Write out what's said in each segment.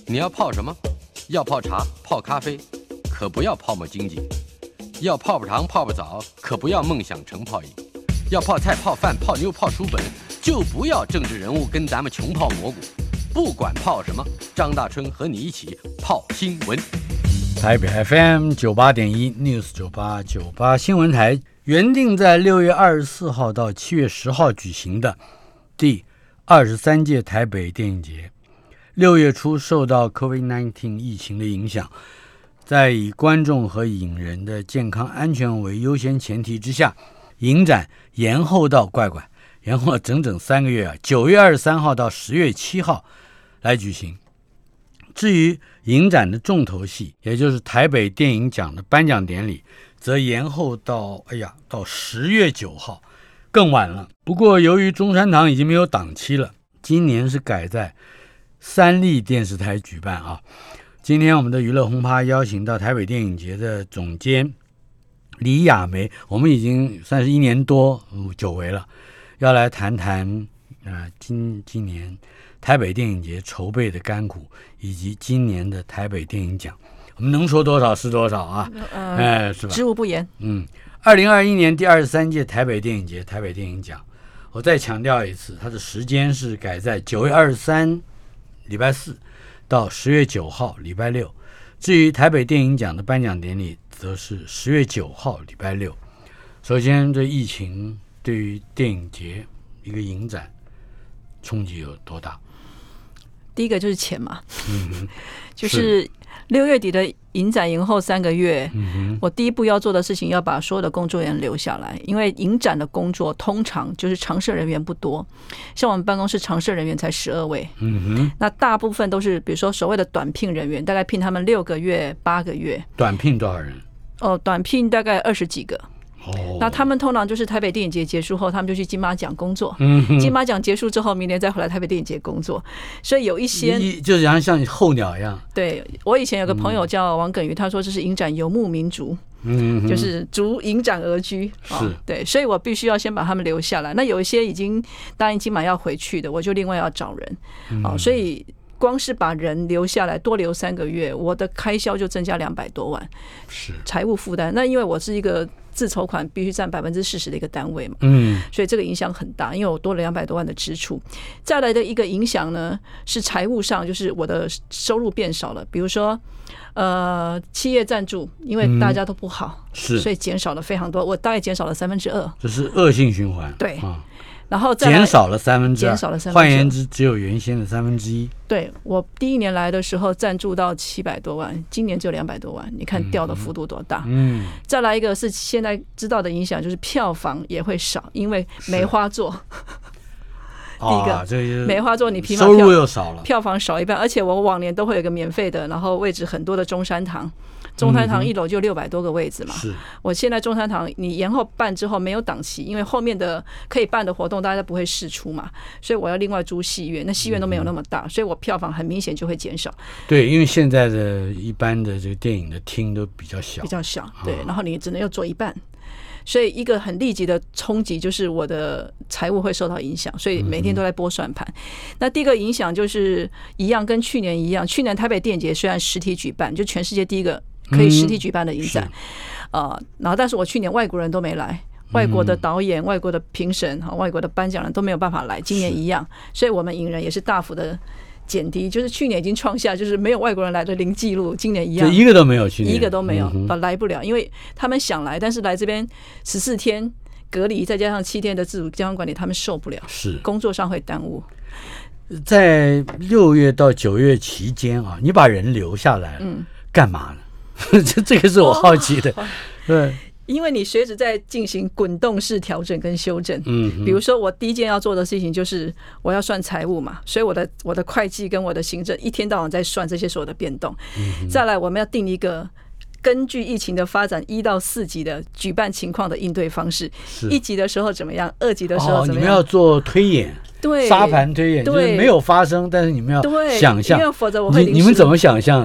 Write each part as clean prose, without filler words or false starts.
你要泡什么？要泡茶、泡咖啡，可不要泡沫经济；要泡泡糖、泡泡澡，可不要梦想成泡影；要泡菜、泡饭、泡妞、泡书本，就不要政治人物跟咱们穷泡蘑菇。不管泡什么，张大春和你一起泡新闻。 台北 FM 98.1 News 98新闻台原定在6月24号到7月10号举行的第23届台北电影节，6月初受到 COVID-19 疫情的影响，在以观众和影人的健康安全为优先前提之下，影展延后到延后了整整3个月9月23号到10月7号来举行。至于影展的重头戏，也就是台北电影奖的颁奖典礼，则延后到10月9号，更晚了。不过由于中山堂已经没有档期了，今年是改在三立电视台举办啊。今天我们的娱乐轰趴邀请到台北电影节的总监李雅梅，我们已经算是1年多久违了，要来谈谈今年台北电影节筹备的甘苦，以及今年的台北电影奖，我们能说多少是多少啊？是吧？ 知无不言。 2021年第23届台北电影节台北电影奖，我再强调一次，它的时间是改在9月23礼拜4到10月9号礼拜6。至于台北电影奖的颁奖典礼，则是10月9号礼拜6。首先，这疫情对于电影节一个影展冲击有多大？ 第一个就是钱嘛，就是6月底的影展延后3个月，我第一步要做的事情要把所有的工作人员留下来，因为影展的工作通常就是常设人员不多，像我们办公室常设人员才12位，那大部分都是比如说所谓的短聘人员，大概聘他们6个月、8个月。 短聘多少人？ 短聘大概20几个。那他们通常就是台北电影节结束后，他们就去金马奖工作。金马奖结束之后，明年再回来台北电影节工作。所以有一些就是像候鸟一样。 对，我以前有个朋友叫王耿瑜，他说这是影展游牧民族，就是逐影展而居。对，所以我必须要先把他们留下来。那有一些已经答应金马要回去的，我就另外要找人。所以光是把人留下来多留3个月，我的开销就增加200多万，是财务负担。那因为我是一个自筹款必须占40%的一个单位嘛，所以这个影响很大，因为我多了200多万的支出。再来的一个影响呢，是财务上，就是我的收入变少了。比如说企业赞助，因为大家都不好，所以减少了非常多，我大概减少了2/3， 这是恶性循环。 对。然后再减少了2/3，换言之，只有原先的1/3。对， 我第1年来的时候赞助到700多万，今年只有200多万，你看掉的幅度多大？再来一个是现在知道的影响，就是票房也会少，因为梅花座。第一个，梅花座你平收入又少了， 票房少一半，而且我往年都会有一个免费的，然后位置很多的中山堂。中山堂1楼就600多个位置嘛，我现在中山堂你延后办之后没有档期，因为后面的可以办的活动大家不会释出嘛，所以我要另外租戏院，那戏院都没有那么大，所以我票房很明显就会减少。 对，因为现在的一般的这个电影的厅都比较小， 对，然后你只能又做一半。所以一个很立即的冲击就是我的财务会受到影响，所以每天都在拨算盘。那第一个影响就是一样，跟去年一样，去年台北电影节虽然实体举办，就全世界第一个可以实体举办的影展，然后但是我去年外国人都没来，外国的导演、外国的评审、外国的颁奖人都没有办法来，今年一样，所以我们影人也是大幅的减低，就是去年已经创下就是没有外国人来的零记录，今年一样， 一个都没有，去年一个都没有，来不了，因为他们想来，但是来这边14天隔离，再加上7天的自主健康管理，他们受不了，是工作上会耽误。 在6月到9月期间啊，你把人留下来了，干嘛呢？这个是我好奇的。对， 因为你随时在进行滚动式调整跟修正。比如说我第一件要做的事情就是我要算财务嘛，所以我的会计跟我的行政一天到晚在算这些所有的变动。再来我们要定一个根据疫情的发展1到4级的举办情况的应对方式，1级的时候怎么样，2级的时候怎么样， 你们要做推演。 对， 沙盘推演就是没有发生，但是你们要想象， 因为否则我会你们怎么想象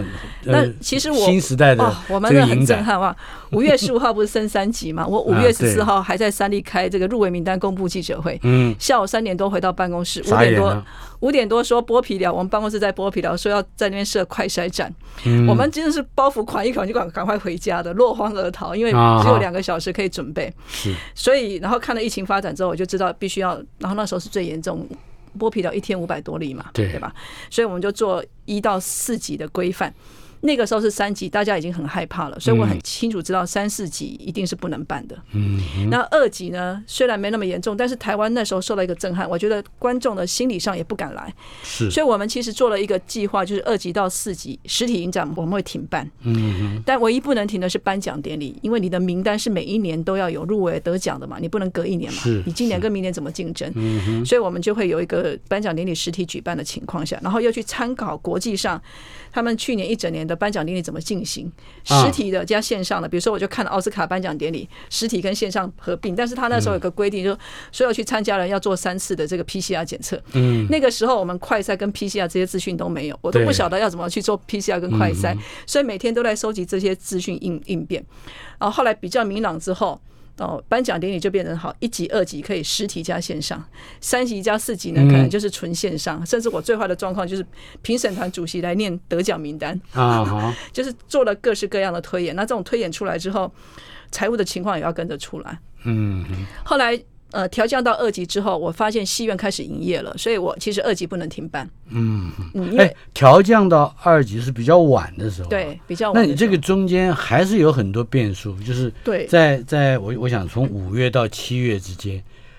那其实新时代的我们很震撼哇！5月15号不是升3级吗？我5月14号还在三立开这个入围名单公布记者会，下午3点多回到办公室，5点多说剥皮寮，我们办公室在剥皮寮，说要在那边设快筛站，我们真的是包袱款一款就赶快回家的，落荒而逃，因为只有2个小时可以准备，所以然后看了疫情发展之后，我就知道必须要，然后那时候是最严重。剥皮寮1天500多例嘛，对吧？所以我们就做1到4级的规范。那个时候是3级，大家已经很害怕了，所以我很清楚知道3、4级一定是不能办的。那2级呢，虽然没那么严重，但是台湾那时候受到一个震撼，我觉得观众的心理上也不敢来，所以我们其实做了一个计划，就是2级到4级实体影展我们会停办，但唯一不能停的是颁奖典礼，因为你的名单是每一年都要有入围得奖的嘛，你不能隔1年嘛，你今年跟明年怎么竞争？所以我们就会有一个颁奖典礼实体举办的情况下，然后又去参考国际上他们去年1整年的颁奖典礼怎么进行，实体的加线上的，比如说我就看奥斯卡颁奖典礼，实体跟线上合并，但是他那时候有个规定，就是所有去参加人要做3次的这个 PCR 检测。那个时候我们快筛跟 PCR 这些资讯都没有，我都不晓得要怎么去做 PCR 跟快筛，所以每天都在收集这些资讯应变。然后后来比较明朗之后。颁奖典礼就变成好1级2级可以实体加线上，3级加4级呢可能就是纯线上，甚至我最坏的状况就是评审团主席来念得奖名单就是做了各式各样的推演。那这种推演出来之后，财务的情况也要跟着出来。后来调降到2级之后，我发现戏院开始营业了，所以我其实2级不能停办。 调降到2级是比较晚的时候， 对，比较晚。 那你这个中间还是有很多变数，就是在我想从5月到7月之间，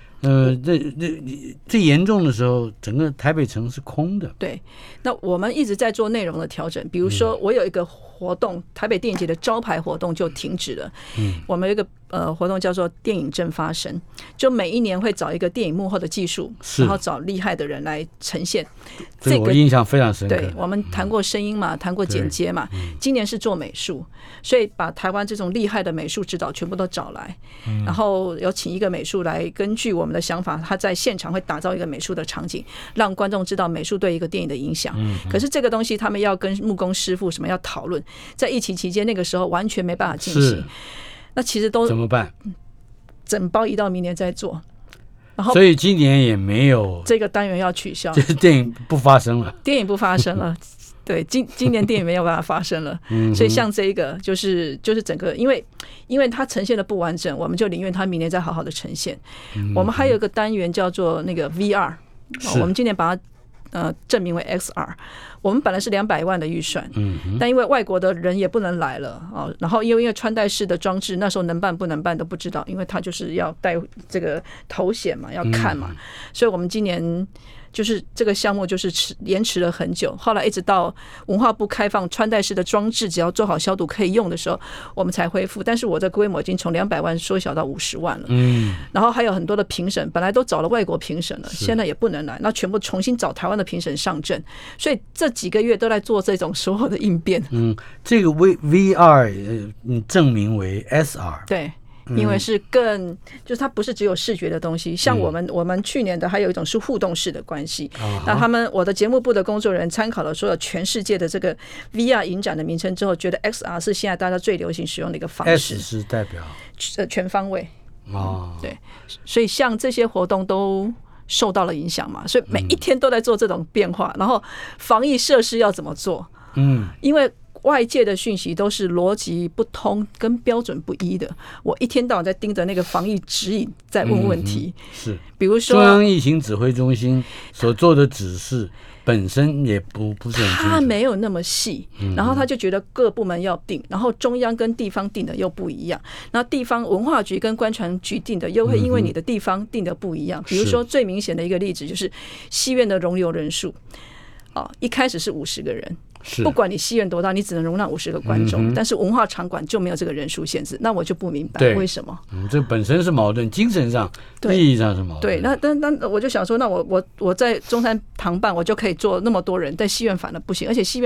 最严重的时候，整个台北城是空的。 对，那我们一直在做内容的调整，比如说我有一个活动，台北电影节的招牌活动就停止了。我们有一个活动叫做电影正发生，就每一年会找一个电影幕后的技术，然后找厉害的人来呈现。 这个我印象非常深刻。 对，我们谈过声音嘛，谈过剪接嘛，今年是做美术，所以把台湾这种厉害的美术指导全部都找来，然后有请一个美术来根据我们的想法，他在现场会打造一个美术的场景，让观众知道美术对一个电影的影响。可是这个东西他们要跟木工师傅什么要讨论，在疫情期间那个时候完全没办法进行。那其实都怎么办？ 整包移到明年再做，然后所以今年也没有这个单元要取消， 就是电影不发生了， 电影不发生了。对，今年电影没有办法发生了，所以像这一个就是整个，因为它呈现的不完整，我们就宁愿它明年再好好的呈现。我们还有一个单元叫做那个 VR，我们今年把它证明为 XR。我们本来是200万的预算，但因为外国的人也不能来了然后因为穿戴式的装置那时候能办不能办都不知道，因为他就是要戴这个头显嘛，要看嘛，所以我们今年就是这个项目就是延迟了很久，后来一直到文化部开放穿戴式的装置只要做好消毒可以用的时候，我们才恢复。但是我的规模已经从200万缩小到50万了，然后还有很多的评审本来都找了外国评审了，现在也不能来，那全部重新找台湾的评审上阵，所以这几个月都在做这种所有的应变。 这个 VR 证明为 SR， 对。因为是更就是它不是只有视觉的东西，像我们去年的还有一种是互动式的关系。那我的节目部的工作人员参考了所有全世界的这个 VR 影展的名称之后，觉得 XR 是现在大家最流行使用的一个方式。 S 是代表全方位对，所以像这些活动都受到了影响嘛，所以每一天都在做这种变化，然后防疫设施要怎么做？因为外界的讯息都是逻辑不通跟标准不一的，我一天到晚在盯着那个防疫指引在问问题。 是， 比如说中央疫情指挥中心所做的指示本身也不是很清楚， 他没有那么细，然后他就觉得各部门要定，然后中央跟地方定的又不一样，然后地方文化局跟观传局定的又会因为你的地方定的不一样。比如说最明显的一个例子就是戏院的容留人数，一开始是50个人。不管你戏院多大，你只能容纳50个观众，但是文化场馆就没有这个人数限制，那我就不明白为什么。 这本身是矛盾，精神上、意义上是矛盾。 对，那我就想说，那我在中山堂办，我就可以做那么多人，但戏院反而不行，而且戏院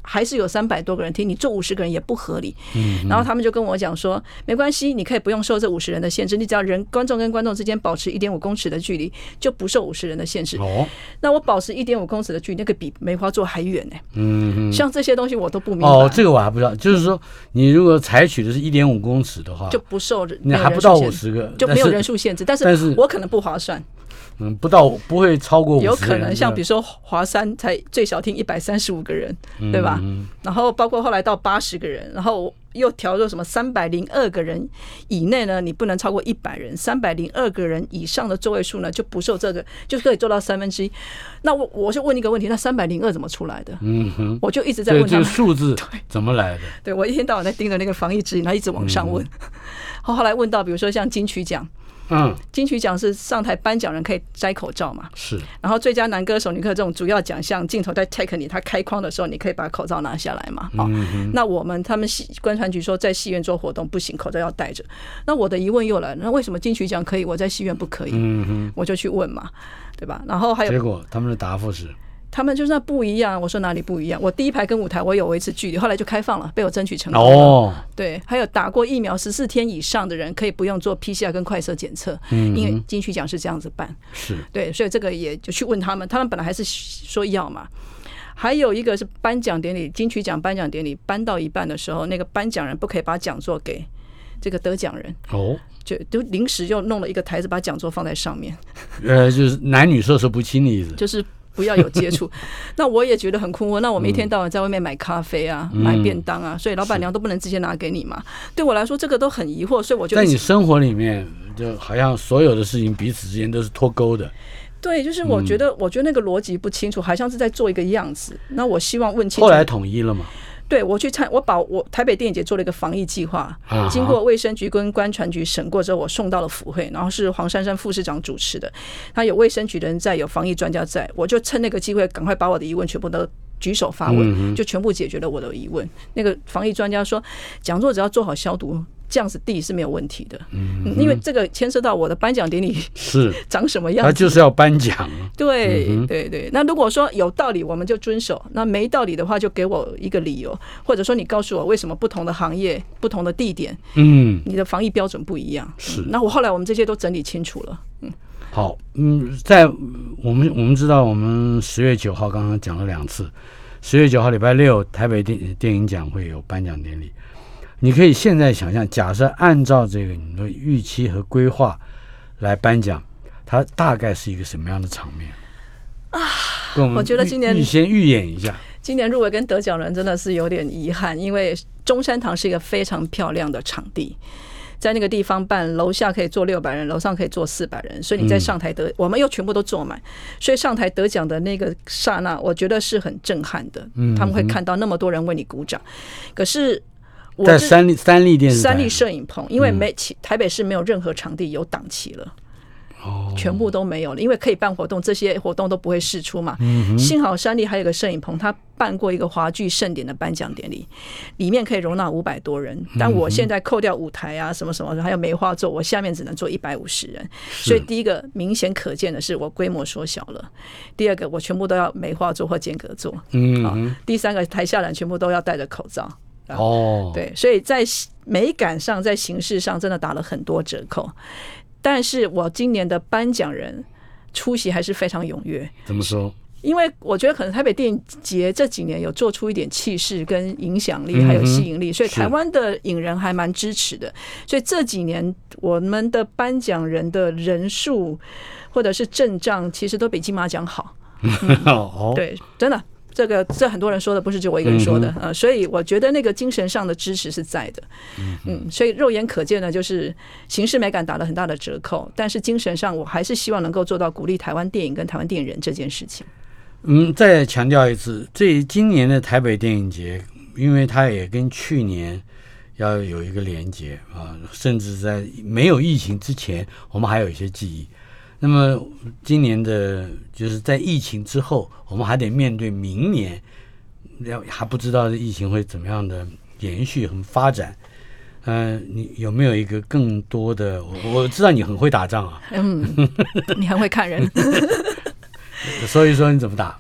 还是有300多个人听，你坐50个人也不合理。然后他们就跟我讲说，没关系，你可以不用受这50人的限制，你只要观众跟观众之间保持1.5公尺的距离，就不受50人的限制。那我保持1.5公尺的距离，那个比梅花座还远呢。像这些东西我都不明白。 这个我还不知道。就是说，你如果采取的是1.5公尺的话， 就不受你还不到50个， 就没有人数限制。但是我可能不划算。 不会超过50人， 有可能像比如说华山才最小听135个人，对吧？然后包括后来到80个人，然后又调到什么302个人以内呢，你不能超过100人，302个人以上的座位数呢就不受这个，就可以做到1/3。那我就问一个问题，那302怎么出来的？我就一直在问他们， 这个数字怎么来的？ 对，我一天到晚在盯着那个防疫指引，他一直往上问。后来问到，比如说像金曲奖。金曲奖是上台颁奖人可以摘口罩嘛？ 是。 然后最佳男歌手、女歌手这种主要奖项，镜头在 take 你，他开框的时候，你可以把口罩拿下来嘛？那他们观传局说在戏院做活动不行，口罩要戴着。那我的疑问又来了，那为什么金曲奖可以，我在戏院不可以？我就去问嘛，对吧？然后还有结果他们的答复是。 他们就是那不一样，我说哪里不一样？我第一排跟舞台我有维持距离，后来就开放了，被我争取成功了。对，还有打过疫苗14天以上的人可以不用做 PCR 跟快筛检测，因为金曲奖是这样子办。 是， 对，所以这个也就去问他们本来还是说要嘛。还有一个是颁奖典礼，金曲奖颁奖典礼颁到一半的时候，那个颁奖人不可以把讲座给这个得奖人。就临时就弄了一个台子，把讲座放在上面。 就是男女授受不亲的意思。 就是不要有接触。那我也觉得很困惑，那我们一天到晚在外面买咖啡啊，买便当啊，所以老板娘都不能直接拿给你嘛？对我来说这个都很疑惑，所以我就在你生活里面就好像所有的事情彼此之间都是脱钩的。 对，就是我觉得那个逻辑不清楚，好像是在做一个样子。那我希望问清楚。 后来统一了嘛？ 对，我把我台北电影节做了一个防疫计划，经过卫生局跟观传局审过之后，我送到了府会，然后是黄珊珊副市长主持的，他有卫生局的人在，有防疫专家在，我就趁那个机会赶快把我的疑问全部都举手发问，就全部解决了我的疑问。那个防疫专家说，讲座只要做好消毒，这样子地是没有问题的。因为这个牵涉到我的颁奖典礼是长什么样子， 他就是要颁奖。 对对对，那如果说有道理我们就遵守，那没道理的话就给我一个理由，或者说你告诉我为什么不同的行业、不同的地点，你的防疫标准不一样。 是。 那我后来我们这些都整理清楚了。 好，在我们知道，我们10月9号刚刚讲了2次，10月9号礼拜六台北电影奖会有颁奖典礼。你可以现在想象，假设按照这个你的预期和规划来颁奖，它大概是一个什么样的场面啊？ 我觉得今年先预演一下。 今年入围跟得奖人真的是有点遗憾，因为中山堂是一个非常漂亮的场地。在那个地方办，楼下可以坐600人，楼上可以坐400人，所以你在上台我们又全部都坐满，所以上台得奖的那个刹那，我觉得是很震撼的。他们会看到那么多人为你鼓掌，可是在三立电视台、 三立摄影棚，因为台北市没有任何场地有档期了。全部都没有了，因为可以办活动，这些活动都不会释出嘛。幸好三立还有个摄影棚，他办过一个华剧盛典的颁奖典礼，里面可以容纳500多人。但我现在扣掉舞台啊什么什么的，还有梅花座，我下面只能坐150人。所以第一个明显可见的是我规模缩小了，第二个我全部都要梅花座或间隔座，第三个台下人全部都要戴着口罩。对，所以在美感上，在形式上真的打了很多折扣。但是我今年的颁奖人出席还是非常踊跃。 怎么说？ 因为我觉得可能台北电影节这几年有做出一点气势跟影响力还有吸引力，所以台湾的影人还蛮支持的。所以这几年我们的颁奖人的人数或者是阵仗其实都比金马奖好。对，真的。这很多人说的，不是就我一个人说的。所以我觉得那个精神上的支持是在的。所以肉眼可见呢，就是形式美感打了很大的折扣，但是精神上我还是希望能够做到鼓励台湾电影跟台湾电影人这件事情。 再强调一次，今年的台北电影节，因为它也跟去年要有一个连结啊，甚至在没有疫情之前，我们还有一些记忆。那么今年的就是在疫情之后，我们还得面对明年，还不知道疫情会怎么样的延续和发展。你有没有一个更多的？我知道你很会打仗啊， 你很会看人， 所以说你怎么打？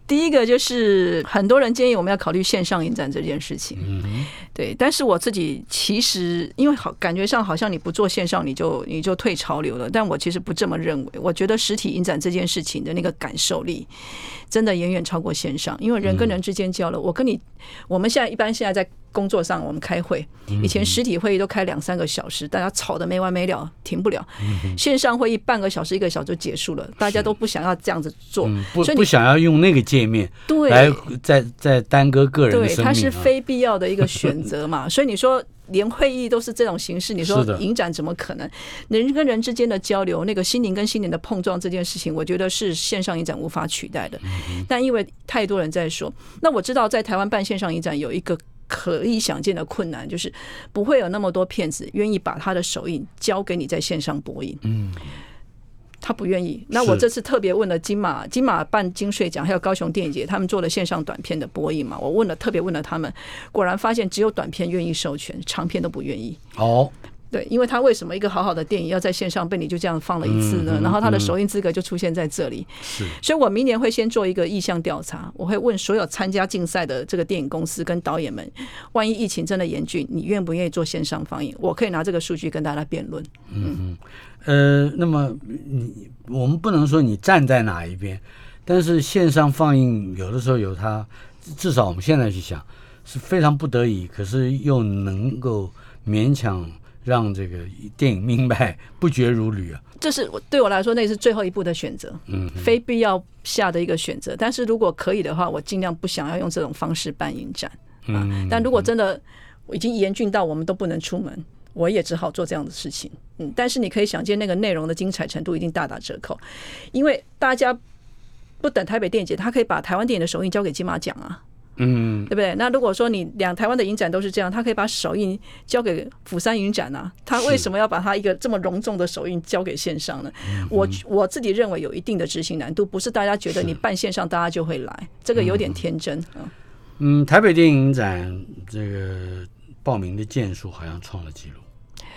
第一个就是很多人建议我们要考虑线上影展这件事情，对，但是我自己其实因为感觉上好像你不做线上你就退潮流了，但我其实不这么认为。我觉得实体影展这件事情的那个感受力真的远远超过线上，因为人跟人之间交流，我们现在在工作上我们开会，以前实体会议都开2-3个小时，大家吵得没完没了，停不了。线上会议半个小时1个小时就结束了，大家都不想要这样子做，所以不想要用那个界面来再耽搁个人的生命， 对，它是非必要的一个选择嘛。所以你说连会议都是这种形式，你说影展怎么可能？人跟人之间的交流，那个心灵跟心灵的碰撞这件事情，我觉得是线上影展无法取代的。但因为太多人在说，那我知道在台湾办线上影展有一个可以想见的困难，就是不会有那么多骗子愿意把他的手印交给你在线上播映。他不愿意。那我这次特别问了金马办金穗奖，还有高雄电影节，他们做了线上短片的播映嘛，我特别问了他们，果然发现只有短片愿意授权，长片都不愿意。对，因为他为什么一个好好的电影要在线上被你就这样放了一次呢？然后他的首映资格就出现在这里。所以我明年会先做一个意向调查，我会问所有参加竞赛的这个电影公司跟导演们，万一疫情真的严峻，你愿不愿意做线上放映？我可以拿这个数据跟大家辩论。 那么我们不能说你站在哪一边，但是线上放映有的时候有它，至少我们现在去想是非常不得已，可是又能够勉强让这个电影明白不绝如缕啊。 这是对我来说，那是最后一步的选择，非必要下的一个选择。但是如果可以的话，我尽量不想要用这种方式办影展。但如果真的已经严峻到我们都不能出门，我也只好做这样的事情。但是你可以想见，那个内容的精彩程度一定大打折扣，因为大家不等台北电影节，他可以把台湾电影的首映交给金马奖啊。对不对？那如果说你台湾的影展都是这样，他可以把首映交给釜山影展啊，他为什么要把他一个这么隆重的首映交给线上呢？我自己认为有一定的执行难度，不是大家觉得你办线上大家就会来，这个有点天真。 台北电影展这个报名的件数好像创了纪录。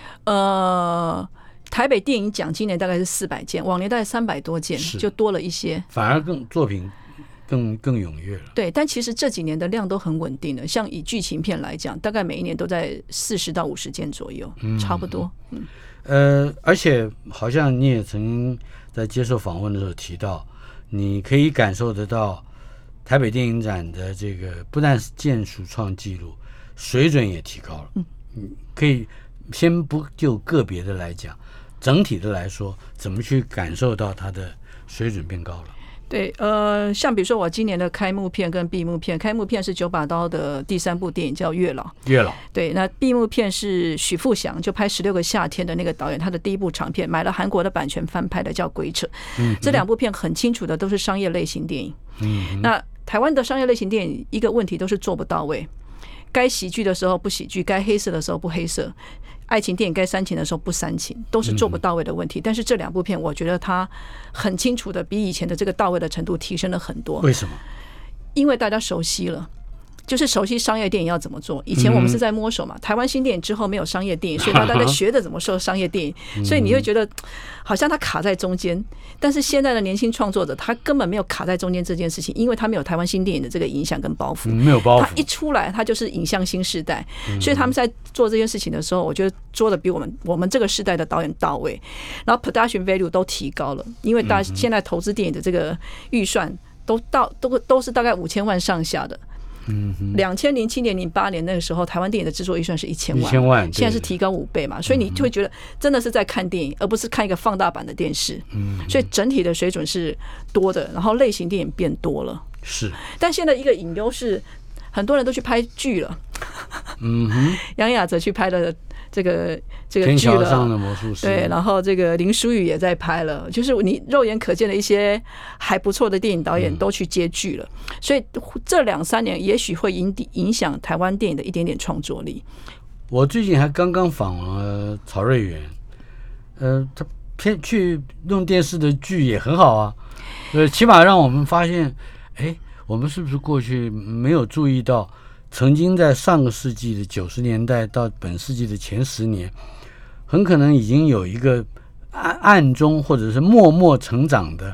台北电影奖今年大概是400件，往年大概300多件，就多了一些， 反而作品更踊跃了。 对，但其实这几年的量都很稳定的，像以剧情片来讲，大概每一年都在40到50件左右，差不多。 而且好像你也曾经在接受访问的时候提到，你可以感受得到台北电影展的这个不但是件数创纪录，水准也提高了。可以先不就个别的来讲，整体的来说，怎么去感受到它的水准变高了？ 对，像比如说我今年的开幕片跟闭幕片，开幕片是九把刀的第3部电影叫《月老》，对，那闭幕片是许富祥就拍16个夏天的那个导演，他的第1部长片，买了韩国的版权翻拍的叫《鬼扯》。这2部片很清楚的都是商业类型电影。那台湾的商业类型电影一个问题都是做不到位，该喜剧的时候不喜剧，该黑色的时候不黑色，爱情电影该煽情的时候不煽情，都是做不到位的问题。但是这2部片我觉得它很清楚的比以前的这个到位的程度提升了很多。 为什么？ 因为大家熟悉了，就是熟悉商业电影要怎么做。以前我们是在摸索嘛，台湾新电影之后没有商业电影，所以大家在学着怎么说商业电影，所以你会觉得好像它卡在中间。但是现在的年轻创作者他根本没有卡在中间这件事情，因为他没有台湾新电影的这个影响跟包袱， 没有包袱， 他一出来他就是影像新世代，所以他们在做这件事情的时候，我觉得做的比我们这个世代的导演到位，然后 production value 都提高了，因为大家现在投资电影的这个预算都是大概5000万上下的。2007年、08年那个时候，台湾电影的制作预算是1000万，现在是提高5倍嘛，所以你就会觉得真的是在看电影，而不是看一个放大版的电视。所以整体的水准是多的，然后类型电影变多了。 是， 但现在一个隐忧是，很多人都去拍剧了。杨雅哲去拍了这个剧了， 天桥上的魔术师， 对，然后这个林书宇也在拍了，就是你肉眼可见的一些还不错的电影导演都去接剧了，所以这2-3年也许会影响台湾电影的一点点创作力。 我最近还刚刚访了曹瑞元，他去弄电视的剧也很好啊，起码让我们发现，我们是不是过去没有注意到？曾经在上个世纪的90年代到本世纪的前10年，很可能已经有一个暗中或者是默默成长的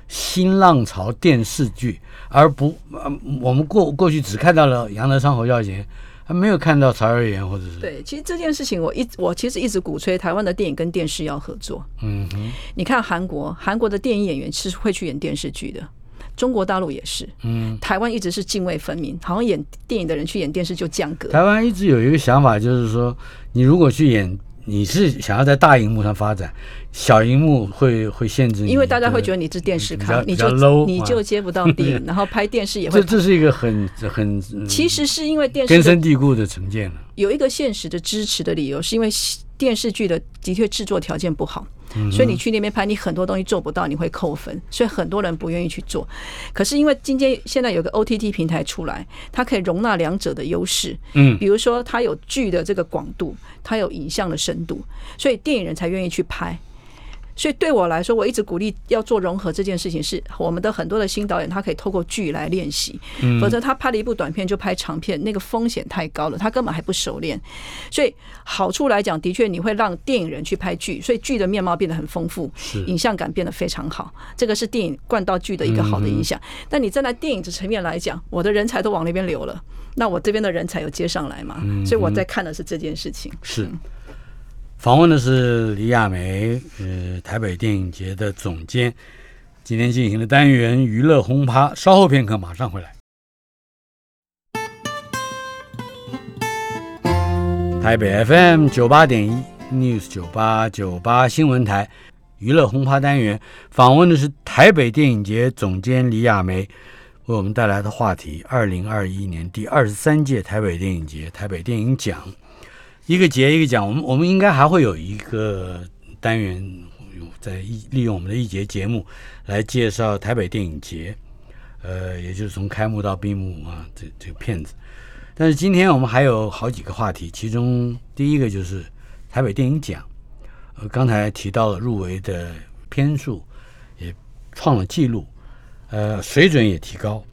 新浪潮电视剧，而不我们过去只看到了杨德昌、侯孝贤，还没有看到曹瑞妍或者是。 对，其实这件事情我其实一直鼓吹台湾的电影跟电视要合作。你看韩国的电影演员是会去演电视剧的。中国大陆也是，台湾一直是泾渭分明，好像演电影的人去演电视就降格。 台湾一直有一个想法，就是说，你如果去演，你是想要在大荧幕上发展，小荧幕会限制你， 因为大家会觉得你是电视咖，你就接不到电影，然后拍电视也会。 这是一个很其实是因为电视根深蒂固的成见了。 有一个现实的支持的理由，是因为电视剧的确制作条件不好。所以你去那边拍，你很多东西做不到，你会扣分，所以很多人不愿意去做。可是因为现在有个 OTT 平台出来，它可以容纳两者的优势。比如说它有剧的这个广度，它有影像的深度，所以电影人才愿意去拍。所以对我来说，我一直鼓励要做融合这件事情，是我们的很多的新导演他可以透过剧来练习，否则他拍了一部短片就拍长片，那个风险太高了，他根本还不熟练。所以好处来讲，的确你会让电影人去拍剧，所以剧的面貌变得很丰富，影像感变得非常好，这个是电影灌到剧的一个好的影响。但你站在电影的层面来讲，我的人才都往那边流了，那我这边的人才有接上来嘛？所以我在看的是这件事情。 是。访问的是李亚梅，台北电影节的总监。今天进行的单元娱乐轰趴，稍后片刻马上回来。台北 FM 98.1 News 98新闻台娱乐轰趴单元，访问的是台北电影节总监李亚梅，为我们带来的话题：2021年第23届台北电影节台北电影奖。一个节一个奖，我们应该还会有一个单元，在利用我们的一节节目来介绍台北电影节，也就是从开幕到闭幕啊，这个片子。但是今天我们还有好几个话题，其中第一个就是台北电影奖，刚才提到了入围的篇数也创了纪录，水准也提高，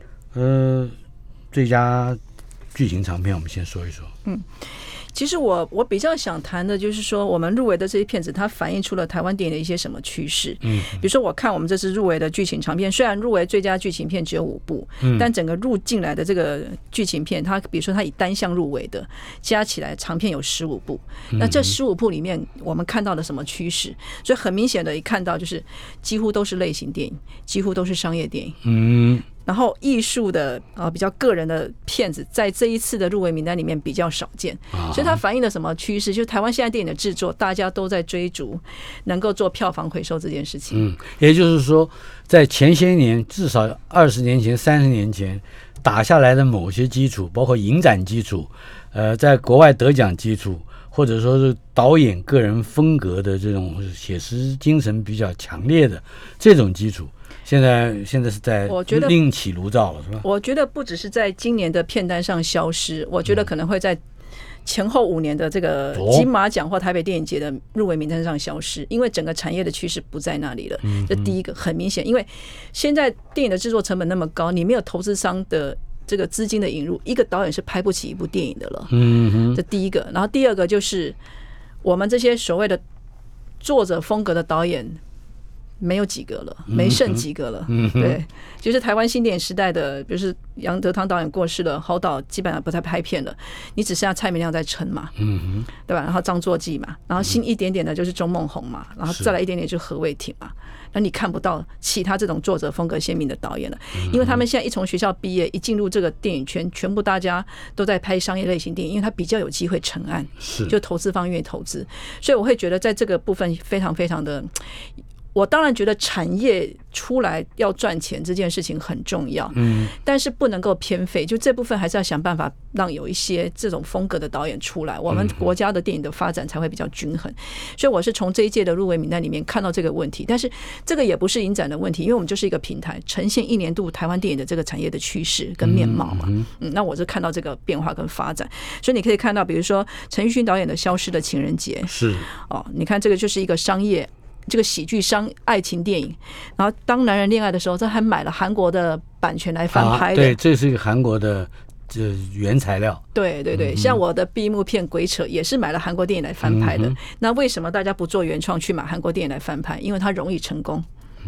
最佳剧情长片我们先说一说。 其实我比较想谈的就是说，我们入围的这些片子，它反映出了台湾电影的一些什么趋势。比如说我看我们这次入围的剧情长片，虽然入围最佳剧情片只有5部，但整个入进来的这个剧情片，它比如说它以单项入围的，加起来长片有15部。那这15部里面，我们看到了什么趋势？所以很明显的一看到就是几乎都是类型电影，几乎都是商业电影。然后艺术的比较个人的片子，在这一次的入围名单里面比较少见，所以它反映了什么趋势？就是台湾现在电影的制作，大家都在追逐能够做票房回收这件事情。 也就是说，在前些年，至少20年前、30年前打下来的某些基础，包括影展基础，在国外得奖基础，或者说是导演个人风格的这种写实精神比较强烈的这种基础。现在是在另起炉灶了，是吧？ 我觉得不只是在今年的片单上消失，我觉得可能会在前后5年的这个金马奖或台北电影节的入围名单上消失，因为整个产业的趋势不在那里了。这第一个很明显，因为现在电影的制作成本那么高，你没有投资商的这个资金的引入，一个导演是拍不起一部电影的了。这第一个。然后第二个就是我们这些所谓的作者风格的导演没有几个了，没剩几个了。对，就是台湾新电影时代的，比如是杨德昌导演过世了，侯导基本上不太拍片了，你只剩下蔡明亮在撑嘛，对吧？然后张作骥嘛，然后新一点点的就是钟孟宏嘛，然后再来一点点就是何卫挺嘛。那你看不到其他这种作者风格鲜明的导演了，因为他们现在一从学校毕业，一进入这个电影圈，全部大家都在拍商业类型电影，因为他比较有机会成案，就投资方愿意投资，所以我会觉得在这个部分非常非常的。我当然觉得产业出来要赚钱这件事情很重要，但是不能够偏废，就这部分还是要想办法让有一些这种风格的导演出来，我们国家的电影的发展才会比较均衡。所以我是从这一届的入围名单里面看到这个问题，但是这个也不是影展的问题，因为我们就是一个平台，呈现1年度台湾电影的这个产业的趋势跟面貌嘛。那我是看到这个变化跟发展，所以你可以看到，比如说陈奕迅导演的《消失的情人节》你看这个就是一个商业。这个喜剧商爱情电影，然后当男人恋爱的时候，这还买了韩国的版权来翻拍的。 对，这是一个韩国的原材料。 对对对，像我的闭幕片《鬼扯》也是买了韩国电影来翻拍的。那为什么大家不做原创，去买韩国电影来翻拍？因为它容易成功。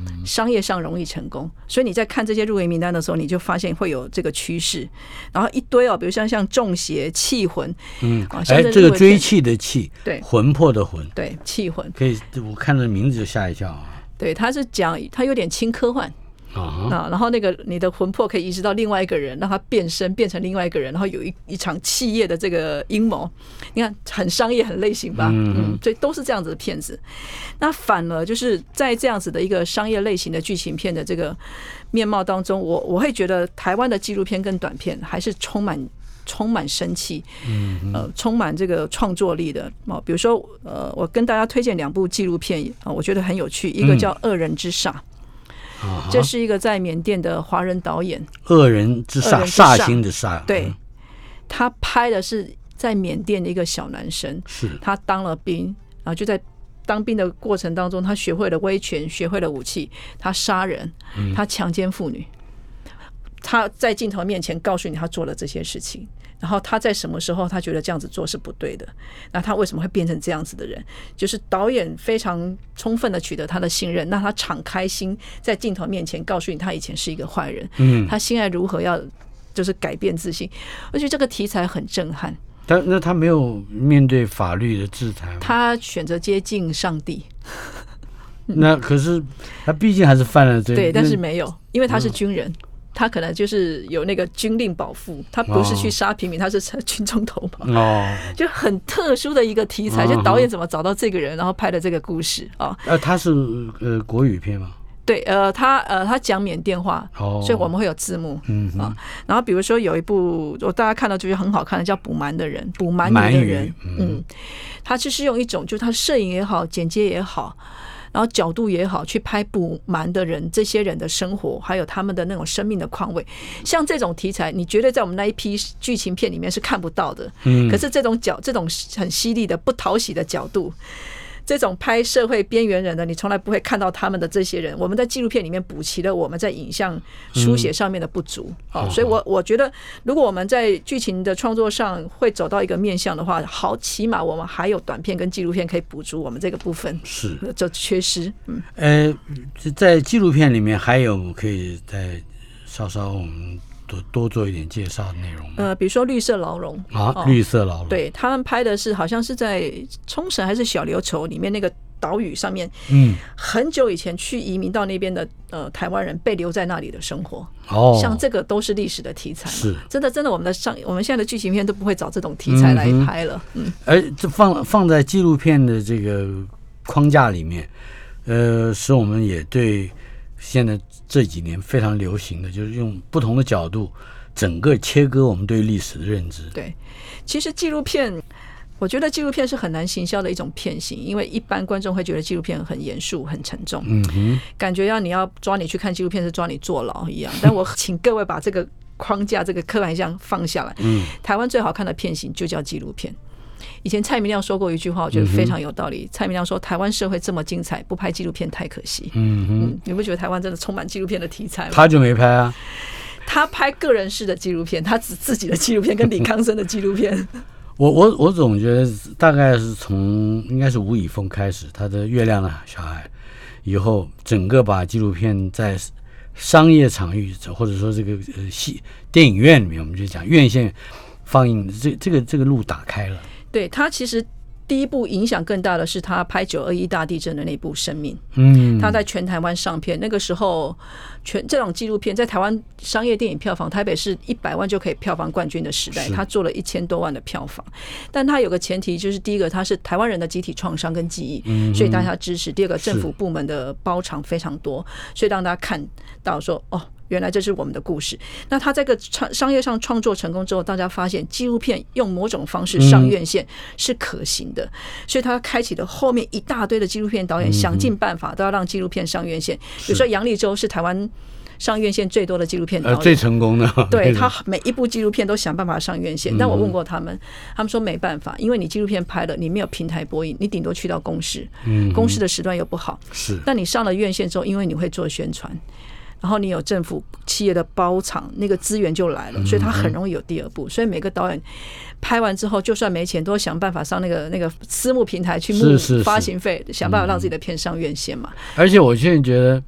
商业上容易成功，所以你在看这些入围名单的时候，你就发现会有这个趋势。然后一堆比如像中邪、气魂， 这个追气的气， 对， 魂魄的魂， 对，气魂， 可以，我看这名字就吓一跳啊。 对，他是讲他有点轻科幻。然后你的魂魄可以移植到另外一个人，让他变身变成另外一个人，然后有一场企业的这个阴谋，你看很商业很类型吧，所以都是这样子的片子。那反而就是在这样子的一个商业类型的剧情片的这个面貌当中，我会觉得台湾的纪录片跟短片还是充满生气，充满这个创作力的。比如说我跟大家推荐2部纪录片，我觉得很有趣，一个叫《恶人之煞》。这是一个在缅甸的华人导演， 恶人之煞，煞星的煞。 对，他拍的是在缅甸的一个小男生， 是他当了兵，然后就在当兵的过程当中，他学会了威权，学会了武器，他杀人，他强奸妇女，他在镜头面前告诉你他做了这些事情。然后他在什么时候他觉得这样子做是不对的，那他为什么会变成这样子的人，就是导演非常充分的取得他的信任，那他敞开心在镜头面前告诉你他以前是一个坏人，他现在如何要就是改变自信。而且这个题材很震撼。 那他没有面对法律的制裁吗？ 他选择接近上帝。 那可是他毕竟还是犯了罪。 对，但是没有，因为他是军人，他可能就是有那个军令保护，他不是去杀平民，他是军中投保，就很特殊的一个题材。就导演怎么找到这个人，然后拍的这个故事啊？ 他是国语片吗？ 对，他讲缅甸话，所以我们会有字幕，然后比如说有一部大家看到就觉得很好看的，叫《捕蛮的人》，捕蛮女的人，他就是用一种就是他摄影也好，剪接也好。然后角度也好，去拍捕蛮的人，这些人的生活，还有他们的那种生命的况味。像这种题材，你绝对在我们那一批剧情片里面是看不到的。可是这种很犀利的、不讨喜的角度，这种拍社会边缘人的，你从来不会看到他们的这些人。我们在纪录片里面补齐了我们在影像书写上面的不足。所以我觉得，如果我们在剧情的创作上会走到一个面向的话，好，起码我们还有短片跟纪录片可以补足我们这个部分， 是这缺失。 在纪录片里面还有可以再稍我们多做一点介绍的内容吗？ 比如说绿色牢笼绿色牢笼， 对，他们拍的是好像是在冲绳还是小琉球里面那个岛屿上面，很久以前去移民到那边的台湾人被留在那里的生活，像这个都是历史的题材， 是真的我们现在的剧情片都不会找这种题材来拍了， 而这放在纪录片的这个框架里面，使我们也对现在这几年非常流行的就是用不同的角度整个切割我们对历史的认知。 对，其实纪录片，我觉得纪录片是很难行销的一种片型，因为一般观众会觉得纪录片很严肃很沉重，感觉你要抓你去看纪录片是抓你坐牢一样。但我请各位把这个框架这个刻板印象放下来，台湾最好看的片型就叫纪录片。以前蔡明亮说过一句话，我觉得非常有道理。蔡明亮说：“台湾社会这么精彩，不拍纪录片太可惜。”你不觉得台湾真的充满纪录片的题材吗？ 他就没拍啊， 他拍个人式的纪录片，他只自己的纪录片跟李康生的纪录片。 我总觉得大概是应该是吴以峰开始，他的《月亮的小孩》以后，整个把纪录片在商业场域或者说这个电影院里面，我们就讲院线放映，这个路打开了。对， 他其实第一部影响更大的是他拍921大地震的那部《生命》，他在全台湾上片，那个时候这种纪录片在台湾商业电影票房，台北市100万就可以票房冠军的时代，他做了1000多万的票房。但他有个前提，就是第一个他是台湾人的集体创伤跟记忆，所以大家支持；第二个政府部门的包场非常多，所以让大家看到说原来这是我们的故事。那他这个商业上创作成功之后，大家发现纪录片用某种方式上院线是可行的，所以他开启了后面一大堆的纪录片导演想尽办法都要让纪录片上院线。比如说杨立洲是台湾上院线最多的纪录片导演， 最成功的。 对，他每一部纪录片都想办法上院线。但我问过他们说没办法，因为你纪录片拍了，你没有平台播映，你顶多去到公视，公视的时段又不好。 是， 但你上了院线之后，因为你会做宣传，然后你有政府企业的包场，那个资源就来了，所以他很容易有第二部。所以每个导演拍完之后，就算没钱，都想办法上那个私募平台去募发行费，想办法让自己的片上院线嘛。 而且我现在觉得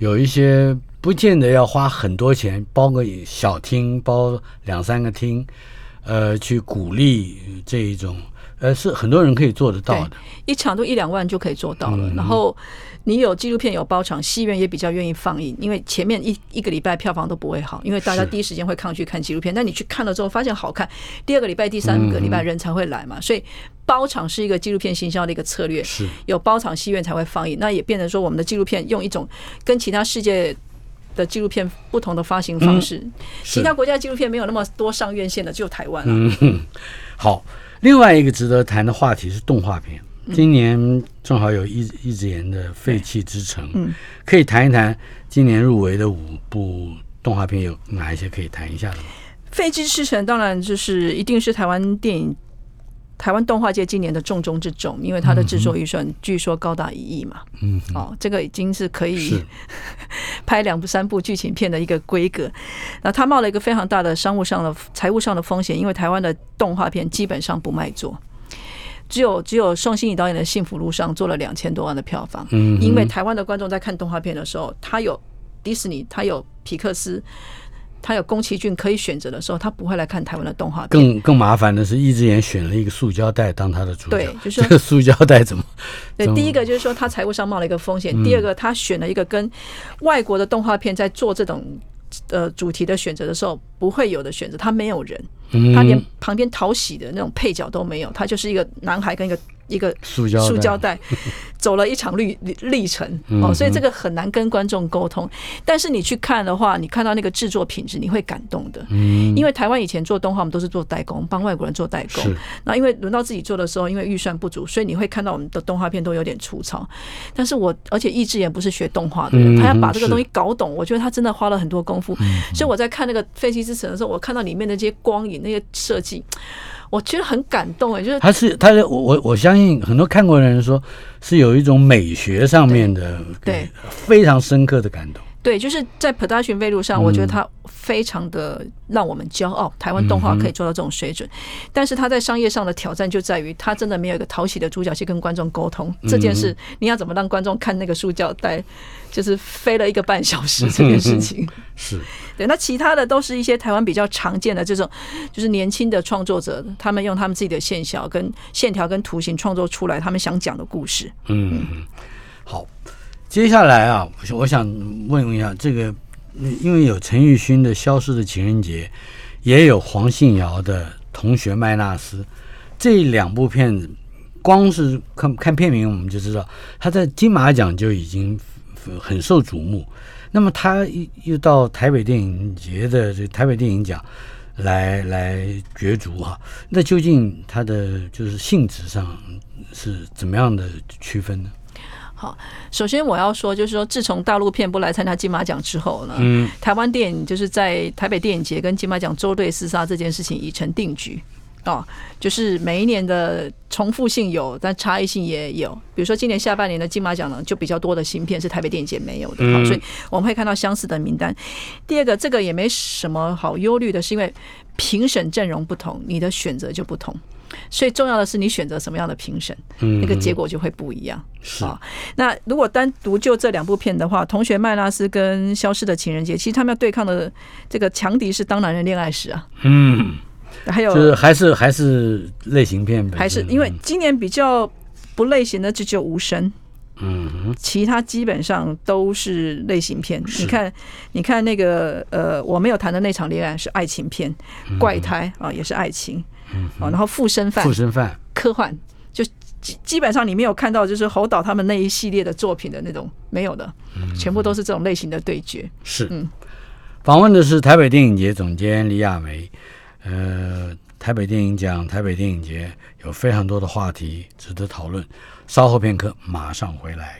有一些不见得要花很多钱，包个小厅，包2-3个厅，去鼓励这一种，是很多人可以做得到的。 一场都1-2万就可以做到了。然后你有纪录片有包场，戏院也比较愿意放映，因为前面一个礼拜票房都不会好，因为大家第一时间会抗拒看纪录片。但你去看了之后发现好看，第2个礼拜、第3个礼拜人才会来嘛。所以包场是一个纪录片行销的一个策略， 是有包场戏院才会放映。那也变成说我们的纪录片用一种跟其他世界的纪录片不同的发行方式，其他国家的纪录片没有那么多上院线的，只有台湾了。 好，另外一个值得谈的话题是动画片。今年正好有一直演的《废弃之城》，可以谈一谈今年入围的5部动画片有哪一些可以谈一下的吗？ 《废弃之城》当然就是一定是台湾动画界今年的重中之重，因为它的制作预算据说高达1亿嘛。这个已经是可以拍2-3部剧情片的一个规格。那他冒了一个非常大的商务上的、财务上的风险，因为台湾的动画片基本上不卖座。只有宋欣怡导演的《幸福路上》做了2000多万的票房，因为台湾的观众在看动画片的时候，他有迪士尼，他有皮克斯，他有宫崎骏可以选择的时候，他不会来看台湾的动画片。 更麻烦的是，易智言选了一个塑胶袋当他的主角。 对，就是这个塑胶袋怎么？ 对，第一个就是说他财务上冒了一个风险，第二个他选了一个跟外国的动画片在做这种主题的选择的时候不会有的选择，他没有人，他连旁边讨喜的那种配角都没有，他就是一个男孩跟一个塑胶袋走了一场历程。所以这个很难跟观众沟通。但是你去看的话，你看到那个制作品质，你会感动的。因为台湾以前做动画，我们都是做代工，帮外国人做代工。那因为轮到自己做的时候，因为预算不足，所以你会看到我们的动画片都有点粗糙。但是而且易智言不是学动画的人，他要把这个东西搞懂，我觉得他真的花了很多功夫。所以我在看那个《废弃之城》的时候，我看到里面的这些光影、那些设计，我觉得很感动。就是我相信很多看过的人说是有一种美学上面的对非常深刻的感动。 对，就是在 production value 上，我觉得它非常的让我们骄傲，台湾动画可以做到这种水准。但是它在商业上的挑战就在于，它真的没有一个讨喜的主角去跟观众沟通这件事。你要怎么让观众看那个塑胶袋，就是飞了1个半小时这件事情？ 是对。那其他的都是一些台湾比较常见的这种，就是年轻的创作者，他们用他们自己的线条跟图形创作出来他们想讲的故事。 好。接下来啊，我想问一下这个，因为有陈玉勋的《消失的情人节》，也有黄信尧的《同学麦纳斯》，这2部片子，光是看片名我们就知道，他在金马奖就已经很受瞩目。那么他又到台北电影节的这台北电影奖来角逐哈，那究竟它的就是性质上是怎么样的区分呢？ 好，首先我要说，就是说，自从大陆片不来参加金马奖之后呢，台湾电影就是在台北电影节跟金马奖周对厮杀这件事情已成定局。就是每一年的重复性有，但差异性也有。比如说今年下半年的金马奖呢，就比较多的新片是台北电影节没有的，所以我们会看到相似的名单。第二个，这个也没什么好忧虑的，是因为评审阵容不同，你的选择就不同。所以重要的是你选择什么样的评审，那个结果就会不一样。那如果单独就这2部片的话，《同学麦纳斯》跟《消失的情人节》，其实他们要对抗的这个强敌是《当男人恋爱时》啊。还有就是还是类型片， 还是因为今年比较不类型的就只有无声。其他基本上都是类型片。你看那个我没有谈的那场恋爱是爱情片，怪胎也是爱情。然后附身犯科幻，就基本上你没有看到就是侯导他们那一系列的作品的那种，没有的，全部都是这种类型的对决。 访问的是台北电影节总监李亚梅。台北电影奖、台北电影节有非常多的话题值得讨论。稍后片刻，马上回来。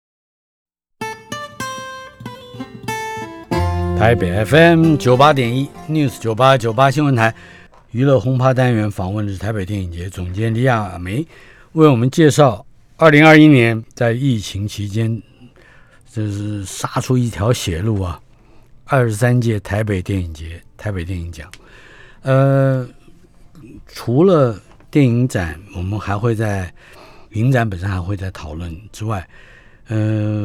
台北 FM 98.1 News 98新闻台娱乐轰趴单元访问的是台北电影节总监李亚梅，为我们介绍2021年在疫情期间，这是杀出一条血路啊！23届台北电影节、台北电影奖。除了电影展，我们还会在影展本身还会在讨论之外，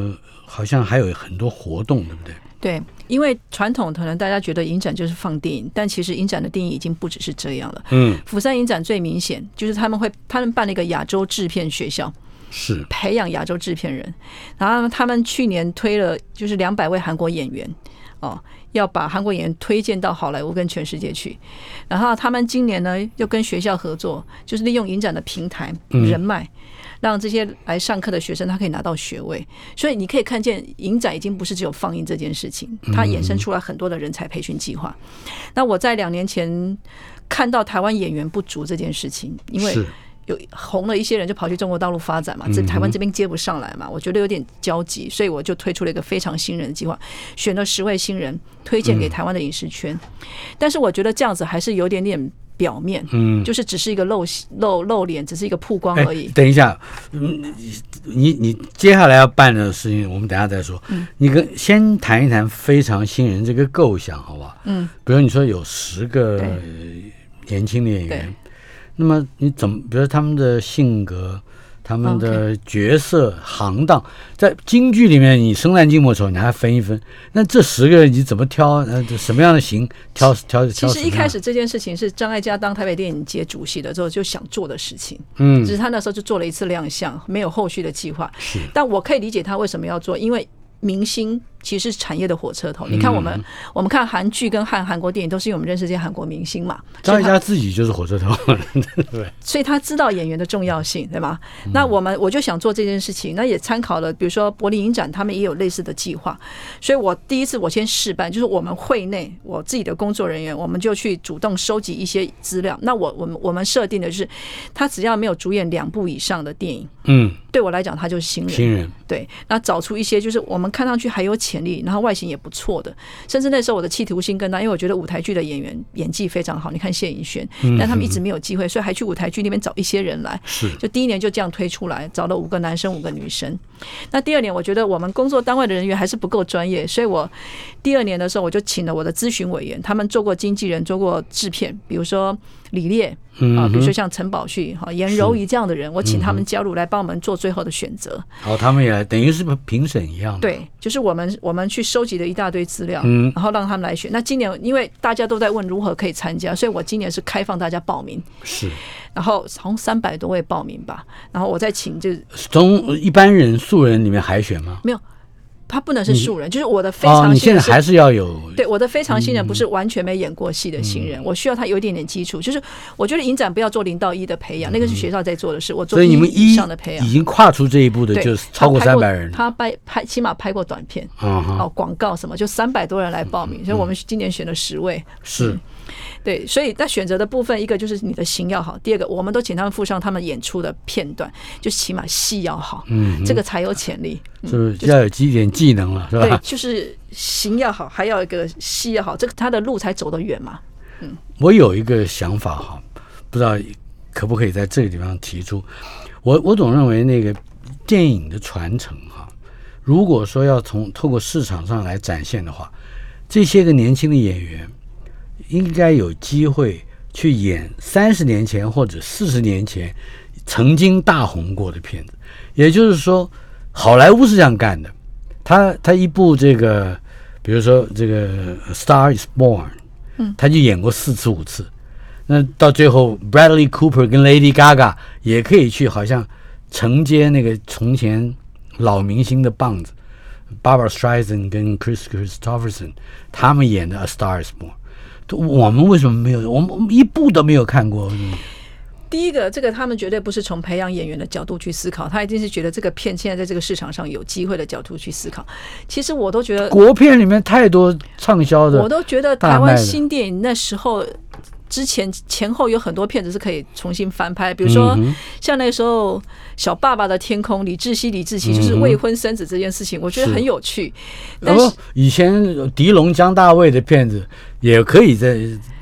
好像还有很多活动，对不对？ 对，因为传统可能大家觉得影展就是放电影，但其实影展的定义已经不只是这样了。釜山影展最明显就是他们办了一个亚洲制片学校， 是培养亚洲制片人，然后他们去年推了就是200位韩国演员要把韩国演员推荐到好莱坞跟全世界去，然后他们今年呢又跟学校合作，就是利用影展的平台人脉。让这些来上课的学生他可以拿到学位，所以你可以看见影展已经不是只有放映这件事情，它衍生出来很多的人才培训计划。那我在2年前看到台湾演员不足这件事情，因为有红了一些人就跑去中国大陆发展嘛，台湾这边接不上来嘛，我觉得有点焦急，所以我就推出了一个非常新人的计划，选了10位新人推荐给台湾的影视圈。但是我觉得这样子还是有点表面，就是只是一个露脸，只是一个曝光而已。 等一下，你接下来要办的事情，我们等一下再说。你先谈一谈非常新人这个构想，好不好？比如你说有10个年轻的演员，那么你怎么，比如他们的性格、他们的角色、行当，在京剧里面，你生旦净末丑，你还分一分。那这10个你怎么挑？什么样的型挑？ 其实一开始这件事情是张艾嘉当台北电影节主席的时候就想做的事情，只是他那时候就做了一次亮相，没有后续的计划。但我可以理解他为什么要做，因为明星其实是产业的火车头。你看我们看韩剧跟韩国电影，都是因为我们认识这些韩国明星嘛。 张艾嘉自己就是火车头，对， 所以他知道演员的重要性，对吗？那我就想做这件事情，那也参考了，比如说柏林影展，他们也有类似的计划。所以我第一次我先试办，就是我们会内我自己的工作人员，我们就去主动收集一些资料。那我们设定的是，他只要没有主演2部以上的电影，对我来讲他就是新人。对，那找出一些就是我们看上去还有潜力，然后外形也不错的，甚至那时候我的企图心更大，因为我觉得舞台剧的演员演技非常好，你看谢盈萱，但他们一直没有机会，所以还去舞台剧那边找一些人来，就第1年就这样推出来，找了5个男生5个女生。那第2年我觉得我们工作单位的人员还是不够专业，所以我第2年的时候我就请了我的咨询委员，他们做过经纪人，做过制片，比如说李烈比如说像陈宝旭、颜柔仪这样的人，我请他们加入来帮我们做最后的选择。 他们也等于是评审一样的。 对，就是我们去收集了一大堆资料，然后让他们来选。那今年因为大家都在问如何可以参加，所以我今年是开放大家报名。然后好像300多位报名吧，然后我再请从一般人素人里面海选吗？ 没有。他不能是素人，就是我的非常新人。 你现在还是要有。 对，我的非常新人不是完全没演过戏的新人，我需要他有一点点基础。就是我觉得影展不要做0到1的培养，那个是学校在做的事。我做1以上的培养。 已经跨出这一步的，就是超过300人。 他起码拍过短片，广告什么，就300多人来报名，所以我们今年选了10位。对，所以在选择的部分，一个就是你的型要好，第2个我们都请他们附上他们演出的片段，就起码戏要好，这个才有潜力。 就是要有一点技能了，是吧？ 对，就是型要好，还要一个戏要好，这个他的路才走得远嘛。 我有一个想法哈，不知道可不可以在这个地方提出。我总认为那个电影的传承哈，如果说要透过市场上来展现的话，这些个年轻的演员应该有机会去演30年前或者40年前曾经大红过的片子。也就是说，好莱坞是这样干的，他一部这个，比如说这个《Star Is Born》，他就演过4次5次。那到最后 ，Bradley Cooper 跟 Lady Gaga 也可以去，好像承接那个从前老明星的棒子。Barbra Streisand 跟 Chris Christopherson 他们演的《A Star Is Born》。我们为什么没有？我们一部都没有看过。 第一个，这个他们绝对不是从培养演员的角度去思考，他一定是觉得这个片现在在这个市场上有机会的角度去思考。其实我都觉得国片里面太多畅销的， 我都觉得台湾新电影那时候之前后有很多片子是可以重新翻拍，比如说像那个时候《小爸爸的天空》，李志熙就是未婚生子这件事情，我觉得很有趣。但是以前狄龙、江大卫的片子也可以在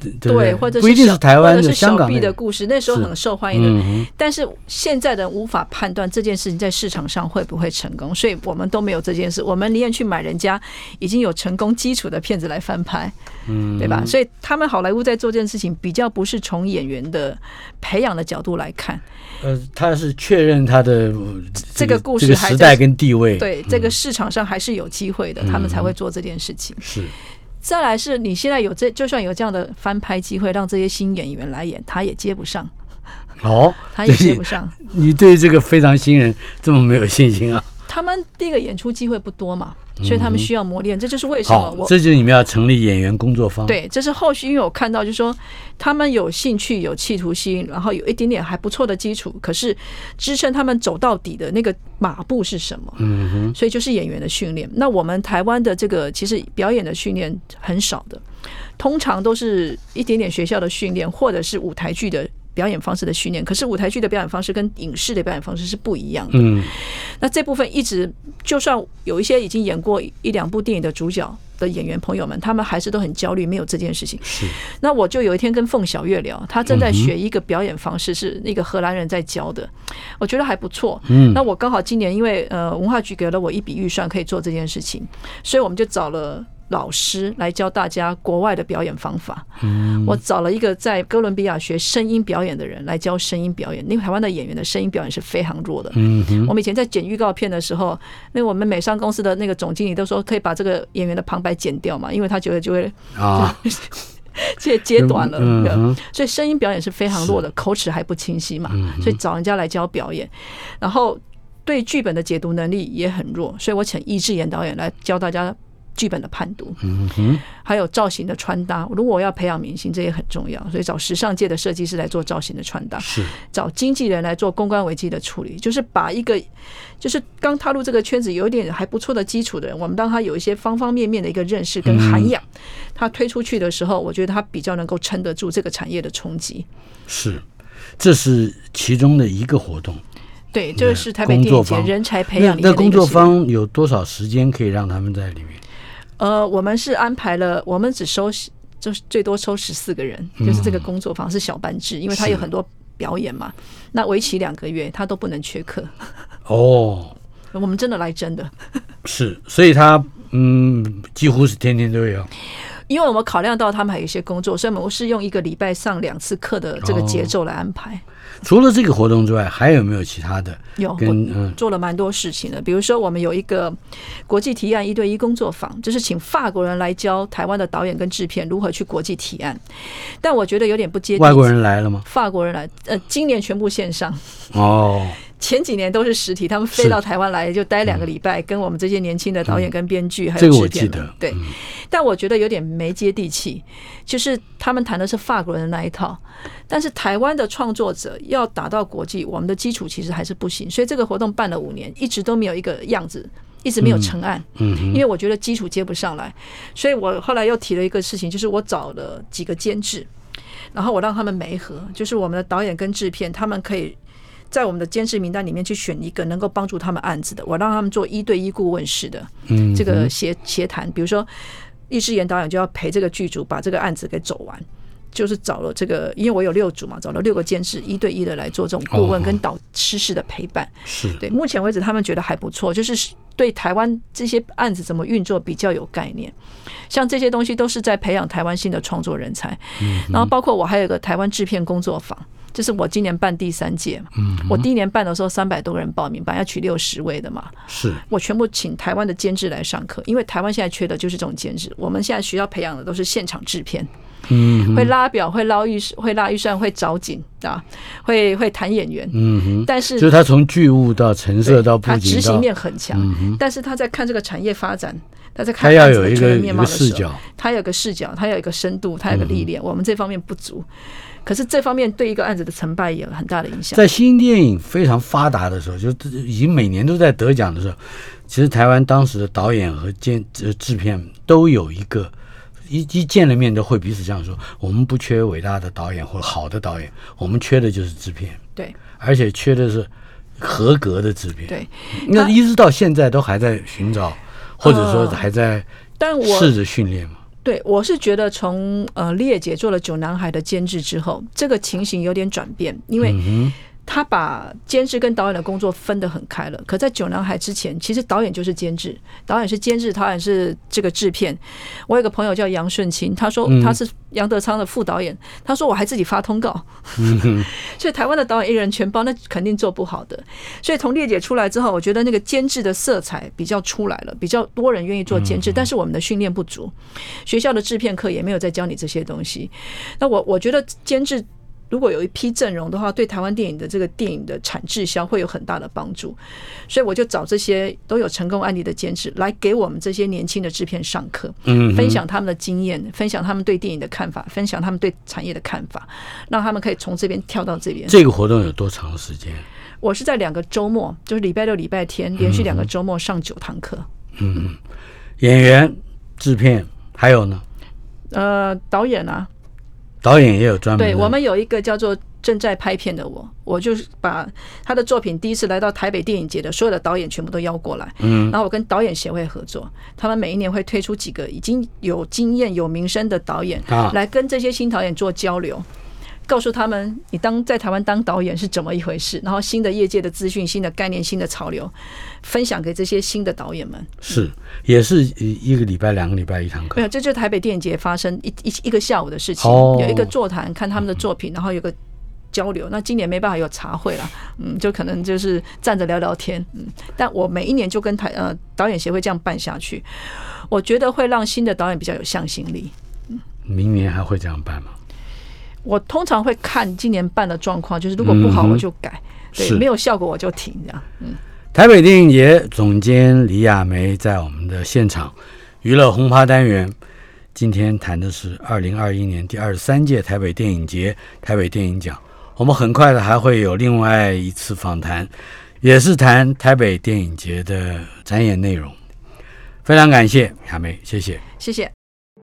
对，或者是不一定是台湾的， 或者是香港手臂的故事，那时候很受欢迎的。但是现在的人无法判断这件事情在市场上会不会成功，所以我们都没有这件事。我们宁愿去买人家已经有成功基础的片子来翻拍，对吧？所以他们好莱坞在做这件事情，比较不是从演员的培养的角度来看。 他是确认他的这个故事这个时代跟地位， 对这个市场上还是有机会的，他们才会做这件事情。 是。 再来是你现在有就算有这样的翻拍机会，让这些新演员来演，他也接不上。他也接不上。 你对这个非常新人这么没有信心啊？ 他们第一个演出机会不多嘛，所以他们需要磨练，这就是为什么这就是你们要成立演员工作坊。 对，这是后续，因为我看到就是说他们有兴趣、有企图心，然后有一点点还不错的基础，可是支撑他们走到底的那个马步是什么？所以就是演员的训练。那我们台湾的这个其实表演的训练很少的，通常都是一点点学校的训练，或者是舞台剧的表演方式的训练，可是舞台剧的表演方式跟影视的表演方式是不一样的。那这部分一直，就算有一些已经演过一两部电影的主角的演员朋友们，他们还是都很焦虑，没有这件事情。那我就有一天跟凤小岳聊，他正在学一个表演方式，是那个荷兰人在教的，我觉得还不错。那我刚好今年因为文化局给了我一笔预算可以做这件事情，所以我们就找了老师来教大家国外的表演方法。我找了一个在哥伦比亚学声音表演的人来教声音表演，因为台湾的演员的声音表演是非常弱的。我们以前在剪预告片的时候，那我们美商公司的那个总经理都说可以把这个演员的旁白剪掉嘛，因为他觉得就会接短了。所以声音表演是非常弱的，口齿还不清晰嘛，所以找人家来教表演，然后对剧本的解读能力也很弱，所以我请易智言导演来教大家剧本的判读，还有造型的穿搭。如果我要培养明星，这也很重要，所以找时尚界的设计师来做造型的穿搭，找经纪人来做公关危机的处理，就是把一个就是刚踏入这个圈子有一点还不错的基础的人，我们让他有一些方方面面的一个认识跟涵养，他推出去的时候，我觉得他比较能够撑得住这个产业的冲击。 这是其中的一个活动。 对，这是台北电影节人才培养里面的一个。 那工作坊有多少时间可以让他们在里面？ 我们是安排了，我们只收就是最多收14个人，就是这个工作坊是小班制，因为他有很多表演嘛，那为期2个月，他都不能缺课。我们真的来真的。 所以他几乎是天天都有。 因为我们考量到他们还有一些工作，所以我们是用1个礼拜上2次课的这个节奏来安排。 除了这个活动之外，还有没有其他的？ 有，我做了蛮多事情的。比如说，我们有一个国际提案1对1工作坊，就是请法国人来教台湾的导演跟制片如何去国际提案。但我觉得有点不接地气。 外国人来了吗？ 法国人来，今年全部线上。前几年都是实体，他们飞到台湾来就待2个礼拜，跟我们这些年轻的导演跟编剧还有制片。 这个我记得。 对，但我觉得有点没接地气，就是他们谈的是法国人的那一套，但是台湾的创作者要打到国际，我们的基础其实还是不行，所以这个活动办了5年，一直都没有一个样子，一直没有成案。因为我觉得基础接不上来，所以我后来又提了一个事情，就是我找了几个监制，然后我让他们媒合，就是我们的导演跟制片，他们可以在我们的监制名单里面去选一个能够帮助他们案子的，我让他们做1对1顾问式的这个协谈。比如说易智言导演就要陪这个剧组把这个案子给走完，就是找了这个，因为我有6组嘛，找了6个监制1对1的来做这种顾问跟导师式的陪伴。对，目前为止他们觉得还不错，就是对台湾这些案子怎么运作比较有概念。像这些东西都是在培养台湾新的创作人才。然后包括我还有一个台湾制片工作坊，这是我今年办第3届。我第1年办的时候300多个人报名，本来要取60位的嘛，我全部请台湾的监制来上课，因为台湾现在缺的就是这种监制。我们现在学校培养的都是现场制片，会拉表，会拉预算，会找景啊，会谈演员。但是就是他从剧务到陈设到布景，他执行面很强。但是他在看这个产业发展，他在看案子的全面面貌的时候， 他有个视角，他有一个深度，他有个历练。我们这方面不足。可是这方面对一个案子的成败也有很大的影响。 在新电影非常发达的时候，就已经每年都在得奖的时候，其实台湾当时的导演和制片都有一个一见了面都会彼此这样说：我们不缺伟大的导演或者好的导演，我们缺的就是制片。 对， 而且缺的是合格的制片。 对， 那一直到现在都还在寻找，或者说还在试着训练嘛。 对，我是觉得从烈姐做了《九男孩》的监制之后，这个情形有点转变，因为他把监制跟导演的工作分得很开了。可在《九男孩》之前，其实导演就是监制，导演是监制，导演是这个制片。我有个朋友叫杨顺清，他说他是杨德昌的副导演，他说我还自己发通告，所以台湾的导演一人全包，那肯定做不好的。所以从烈姐出来之后，我觉得那个监制的色彩比较出来了，比较多人愿意做监制，但是我们的训练不足，学校的制片课也没有在教你这些东西。那我觉得监制如果有一批阵容的话，对台湾电影的这个电影的产滞销会有很大的帮助，所以我就找这些都有成功案例的监制来给我们这些年轻的制片上课，分享他们的经验，分享他们对电影的看法，分享他们对产业的看法，让他们可以从这边跳到这边。 这个活动有多长时间？ 我是在2个周末，就是礼拜六、礼拜天，连续2个周末上9堂课。 演员、制片还有呢？ 导演啊。 导演也有专门的。 对，我们有一个叫做正在拍片的我就是把他的作品第一次来到台北电影节的所有的导演全部都邀过来，然后我跟导演协会合作，他们每一年会推出几个已经有经验有名声的导演，来跟这些新导演做交流，告诉他们你在台湾当导演是怎么一回事，然后新的业界的资讯、新的概念、新的潮流分享给这些新的导演们。 是，也是1个礼拜、2个礼拜1堂课。 没有，这就是台北电影节发生一个下午的事情，有一个座谈看他们的作品，然后有个交流。那今年没办法有茶会啦，就可能就是站着聊聊天，但我每一年就跟导演协会这样办下去，我觉得会让新的导演比较有向心力。 明年还会这样办吗？ 我通常会看今年办的状况，就是如果不好我就改，对，没有效果我就停这样。 台北电影节总监李亚梅在我们的现场娱乐轰趴单元，今天谈的是2021年第23届台北电影节台北电影奖。我们很快的还会有另外一次访谈，也是谈台北电影节的展演内容。非常感谢亚梅，谢谢， 谢谢。